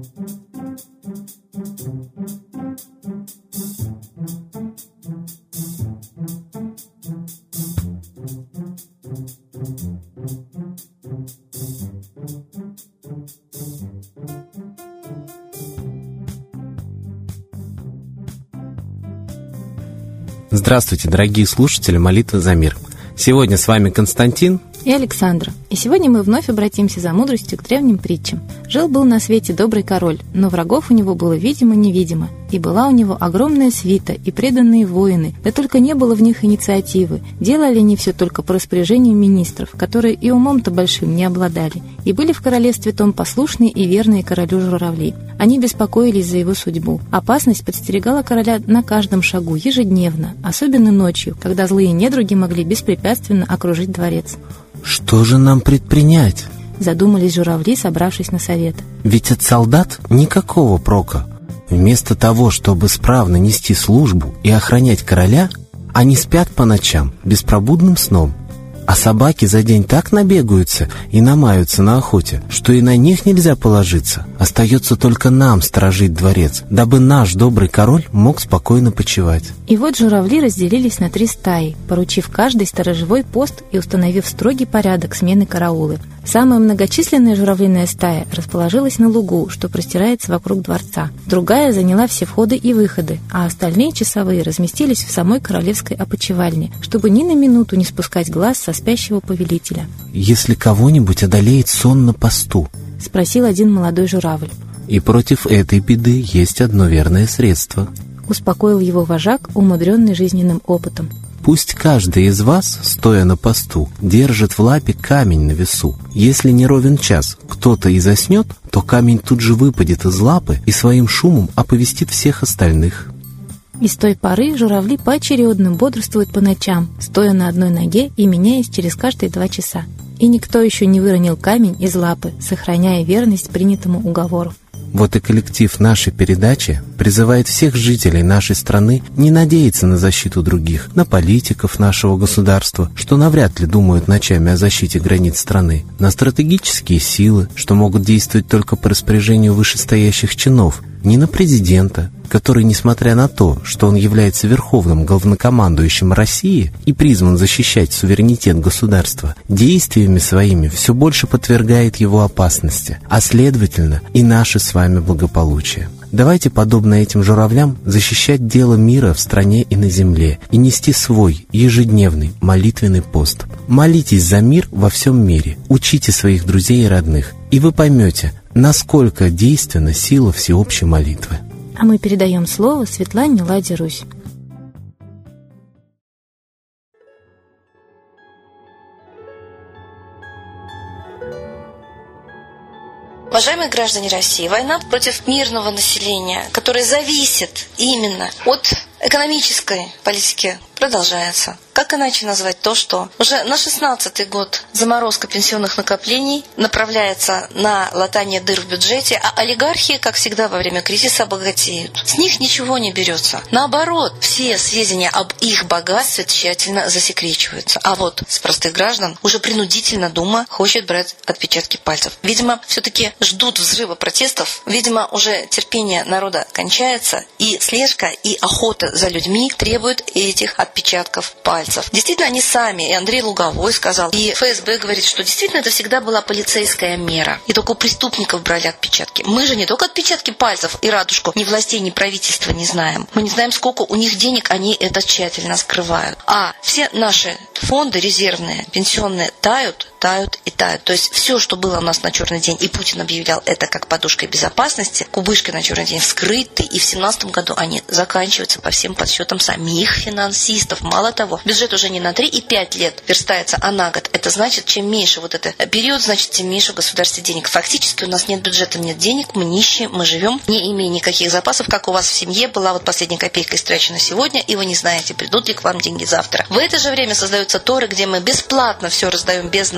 Здравствуйте, дорогие слушатели «Молитвы за мир». Сегодня с вами Константин и Александра. И сегодня мы вновь обратимся за мудростью к древним притчам. Жил-был на свете добрый король, но врагов у него было видимо-невидимо. И была у него огромная свита и преданные воины, да только не было в них инициативы. Делали они все только по распоряжению министров, которые и умом-то большим не обладали. И были в королевстве том послушные и верные королю журавли. Они беспокоились за его судьбу. Опасность подстерегала короля на каждом шагу, ежедневно, особенно ночью, когда злые недруги могли беспрепятственно окружить дворец. «Что же нам предпринять?» — задумались журавли, собравшись на совет. «Ведь от солдат никакого прока. Вместо того, чтобы справно нести службу и охранять короля, они спят по ночам беспробудным сном. А собаки за день так набегаются и намаются на охоте, что и на них нельзя положиться. Остается только нам сторожить дворец, дабы наш добрый король мог спокойно почивать». И вот журавли разделились на 3 стаи, поручив каждый сторожевой пост и установив строгий порядок смены караулы. Самая многочисленная журавлиная стая расположилась на лугу, что простирается вокруг дворца. Другая заняла все входы и выходы, а остальные часовые разместились в самой королевской опочивальне, чтобы ни на минуту не спускать глаз со спящего повелителя. «Если кого-нибудь одолеет сон на посту?» — спросил один молодой журавль. «И против этой беды есть одно верное средство», — успокоил его вожак, умудренный жизненным опытом. «Пусть каждый из вас, стоя на посту, держит в лапе камень на весу. Если не ровен час кто-то и заснет, то камень тут же выпадет из лапы и своим шумом оповестит всех остальных». И с той поры журавли поочередно бодрствуют по ночам, стоя на одной ноге и меняясь через каждые 2 часа. И никто еще не выронил камень из лапы, сохраняя верность принятому уговору. Вот и коллектив нашей передачи призывает всех жителей нашей страны не надеяться на защиту других, на политиков нашего государства, что навряд ли думают ночами о защите границ страны, на стратегические силы, что могут действовать только по распоряжению вышестоящих чинов, не на президента, который, несмотря на то, что он является верховным главнокомандующим России и призван защищать суверенитет государства, действиями своими все больше подвергает его опасности, а следовательно и наше с вами благополучие. Давайте, подобно этим журавлям, защищать дело мира в стране и на земле и нести свой ежедневный молитвенный пост. Молитесь за мир во всем мире, учите своих друзей и родных, и вы поймете, насколько действенна сила всеобщей молитвы. А мы передаем слово Светлане Ладе Русь. Уважаемые граждане России, война против мирного населения, которая зависит именно от экономической политики, продолжается. Как иначе назвать то, что уже на 16-й год заморозка пенсионных накоплений направляется на латание дыр в бюджете, а олигархи, как всегда во время кризиса, богатеют. С них ничего не берется. Наоборот, все сведения об их богатстве тщательно засекречиваются. А вот с простых граждан уже принудительно Дума хочет брать отпечатки пальцев. Видимо, все-таки ждут взрыва протестов. Видимо, уже терпение народа кончается, и слежка, и охота за людьми требуют этих отпечатков пальцев. Действительно, они сами, и Андрей Луговой сказал, и ФСБ говорит, что действительно это всегда была полицейская мера. И только у преступников брали отпечатки. Мы же не только отпечатки пальцев и радужку ни властей, ни правительства не знаем. Мы не знаем, сколько у них денег, они это тщательно скрывают. А все наши фонды резервные, пенсионные тают и тают. То есть все, что было у нас на черный день, и Путин объявлял это как подушкой безопасности, кубышки на черный день вскрыты, и в 2017 году они заканчиваются по всем подсчетам самих финансистов. Мало того, бюджет уже не на 3 и 5 лет верстается, а на год. Это значит, чем меньше вот этот период, значит, тем меньше в государстве денег. Фактически у нас нет бюджета, нет денег, мы нищие, мы живем, не имея никаких запасов, как у вас в семье была вот последняя копейка истрачена сегодня, и вы не знаете, придут ли к вам деньги завтра. В это же время создаются торы, где мы бесплатно все раздаем без налогов,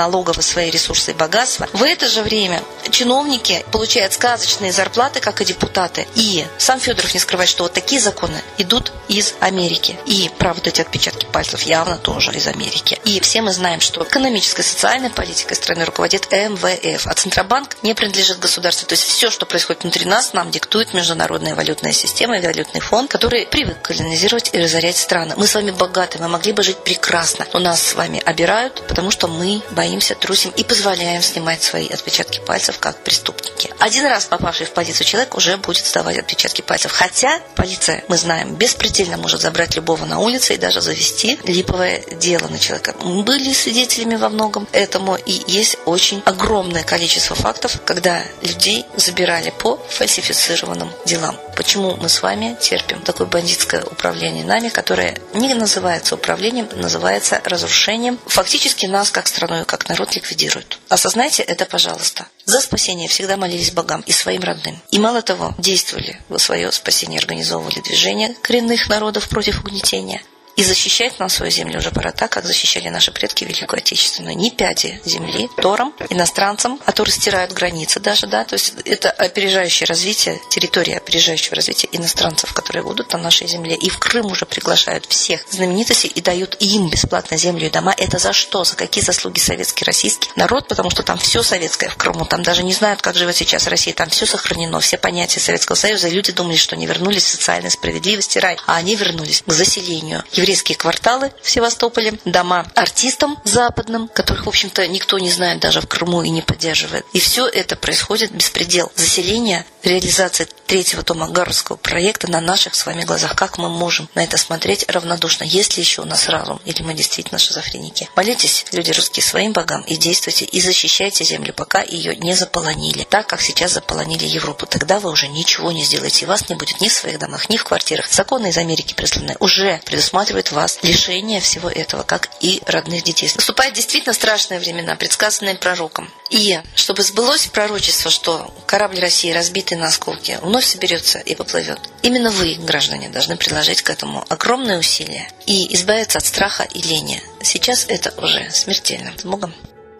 налоговые свои ресурсы и богатства. В это же время чиновники получают сказочные зарплаты, как и депутаты. И сам Федоров не скрывает, что вот такие законы идут из Америки. И, правда, эти отпечатки пальцев явно тоже из Америки. И все мы знаем, что экономической и социальной политикой страны руководит МВФ, а Центробанк не принадлежит государству. То есть все, что происходит внутри нас, нам диктует Международная валютная система и валютный фонд, который привык колонизировать и разорять страны. Мы с вами богаты, мы могли бы жить прекрасно, но нас с вами обирают, потому что мы боимся, трусим и позволяем снимать свои отпечатки пальцев как преступники. Один раз попавший в полицию человек уже будет сдавать отпечатки пальцев. Хотя полиция, мы знаем, беспредельно может забрать любого на улице и даже завести липовое дело на человека. Мы были свидетелями во многом этому, и есть очень огромное количество фактов, когда людей забирали по фальсифицированным делам. Почему мы с вами терпим такое бандитское управление нами, которое не называется управлением, называется разрушением. Фактически нас, как страну и как народ, ликвидируют. Осознайте это, пожалуйста. За спасение всегда молились богам и своим родным. И мало того, действовали во свое спасение, организовывали движения коренных народов против угнетения. И защищать нам свою землю уже пора так, как защищали наши предки Великую Отечественную. Не пяди земли тором, иностранцам, которые стирают границы даже, да, то есть это опережающее развитие, территория опережающего развития иностранцев, которые будут на нашей земле. И в Крым уже приглашают всех знаменитостей и дают им бесплатно землю и дома. Это за что? За какие заслуги советский, российский народ? Потому что там все советское в Крыму, там даже не знают, как живет сейчас Россия, там все сохранено, все понятия Советского Союза. И люди думали, что они вернулись в социальной справедливости, рай, а они вернулись к заселению. Еврейские кварталы в Севастополе, дома артистам западным, которых, в общем-то, никто не знает даже в Крыму и не поддерживает. И все это происходит беспредел. Заселение, реализация 3-го тома Гарвардского проекта на наших с вами глазах. Как мы можем на это смотреть равнодушно? Есть ли еще у нас разум? Или мы действительно шизофреники? Молитесь, люди русские, своим богам и действуйте, и защищайте землю, пока ее не заполонили. Так, как сейчас заполонили Европу. Тогда вы уже ничего не сделаете. И вас не будет ни в своих домах, ни в квартирах. Законы из Америки присланные уже предусматривают вас лишение всего этого, как и родных детей. Наступают действительно страшные времена, предсказанные пророком. И чтобы сбылось пророчество, что корабль России, разбитый на осколки, вновь соберется и поплывет. Именно вы, граждане, должны приложить к этому огромные усилия и избавиться от страха и лени. Сейчас это уже смертельно. С Богом!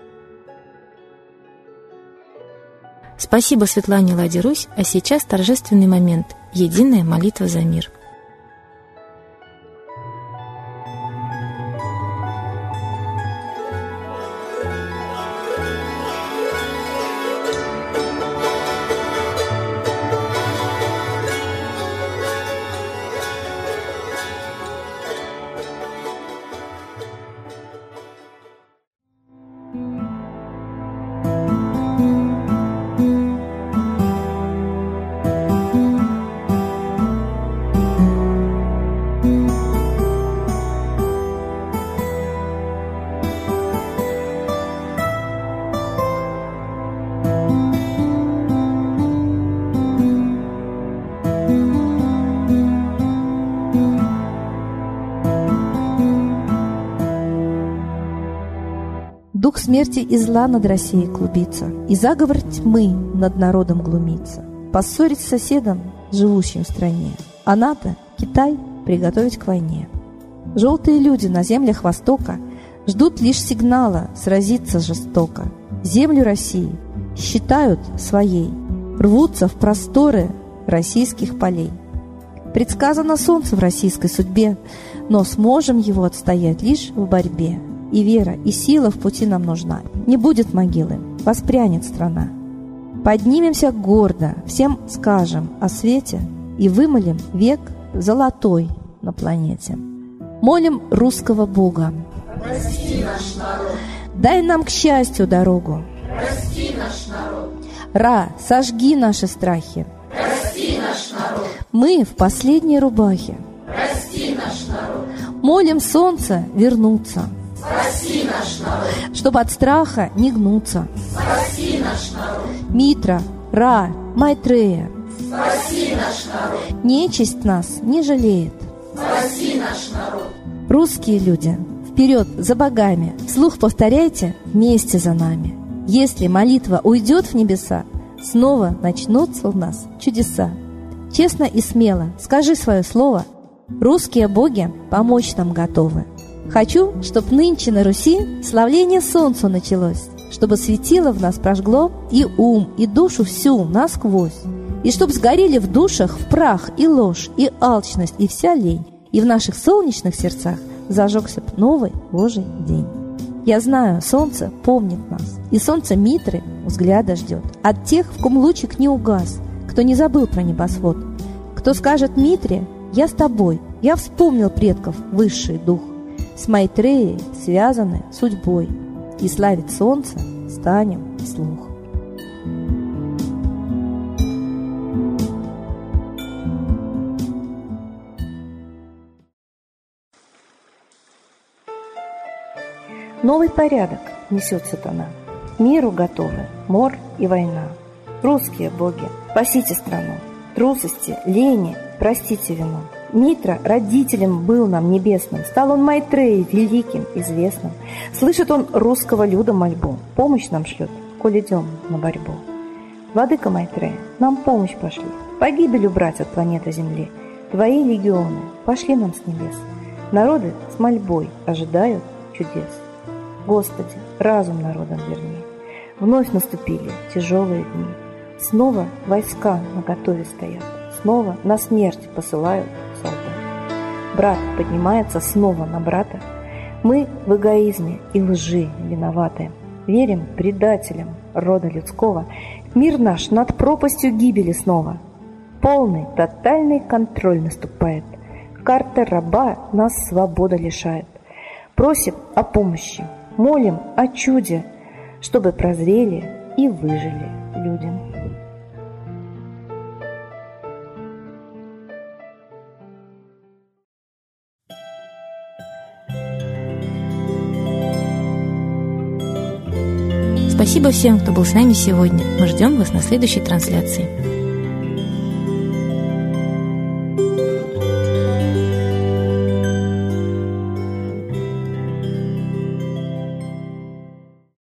Спасибо Светлане Ладе Русь, а сейчас торжественный момент – единая молитва за мир. Дух смерти и зла над Россией клубится, и заговор тьмы над народом глумится. Поссорить с соседом, живущим в стране, а НАТО, Китай, приготовить к войне. Желтые люди на землях Востока ждут лишь сигнала сразиться жестоко. Землю России считают своей, рвутся в просторы российских полей. Предсказано солнце в российской судьбе, но сможем его отстоять лишь в борьбе. И вера, и сила в пути нам нужна. Не будет могилы, воспрянет страна. Поднимемся гордо, всем скажем о свете и вымолим век золотой на планете. Молим русского Бога. Прости наш народ. Дай нам к счастью дорогу. Прости наш народ. Ра, сожги наши страхи. Прости наш народ. Мы в последней рубахе. Прости наш народ. Молим солнце вернуться. Спаси наш народ. Чтоб от страха не гнуться. Спаси наш народ. Митра, Ра, Майтрея. Спаси наш народ. Нечисть нас не жалеет. Спаси наш народ. Русские люди, вперед за богами. Вслух повторяйте вместе за нами. Если молитва уйдет в небеса, снова начнутся у нас чудеса. Честно и смело скажи свое слово. Русские боги помочь нам готовы. Хочу, чтоб нынче на Руси славление солнцу началось, чтобы светило в нас прожгло и ум, и душу всю насквозь, и чтоб сгорели в душах в прах и ложь, и алчность, и вся лень, и в наших солнечных сердцах зажегся б новый Божий день. Я знаю, солнце помнит нас, и солнце Митры взгляда ждет от тех, в ком лучик не угас, кто не забыл про небосвод, кто скажет Митре: «Я с тобой, я вспомнил предков высший дух, с Майтреей связаны судьбой, и славить солнце станем вслух». Новый порядок несет сатана. Миру готовы мор и война. Русские боги, спасите страну. Трусости, лени, простите вину. Митра родителем был нам небесным, стал он Майтреей великим, известным. Слышит он русского люда мольбу, помощь нам шлет, коль идем на борьбу. Владыка Майтрея, нам помощь пошли, погибель убрать от планеты Земли. Твои легионы пошли нам с небес. Народы с мольбой ожидают чудес. Господи, разум народам верни. Вновь наступили тяжелые дни. Снова войска наготове стоят, снова на смерть посылают солдат. Брат поднимается снова на брата. Мы в эгоизме и лжи виноваты. Верим предателям рода людского. Мир наш над пропастью гибели снова. Полный, тотальный контроль наступает. Карта раба нас свобода лишает. Просим о помощи, молим о чуде, чтобы прозрели и выжили людям. Спасибо всем, кто был с нами сегодня. Мы ждем вас на следующей трансляции.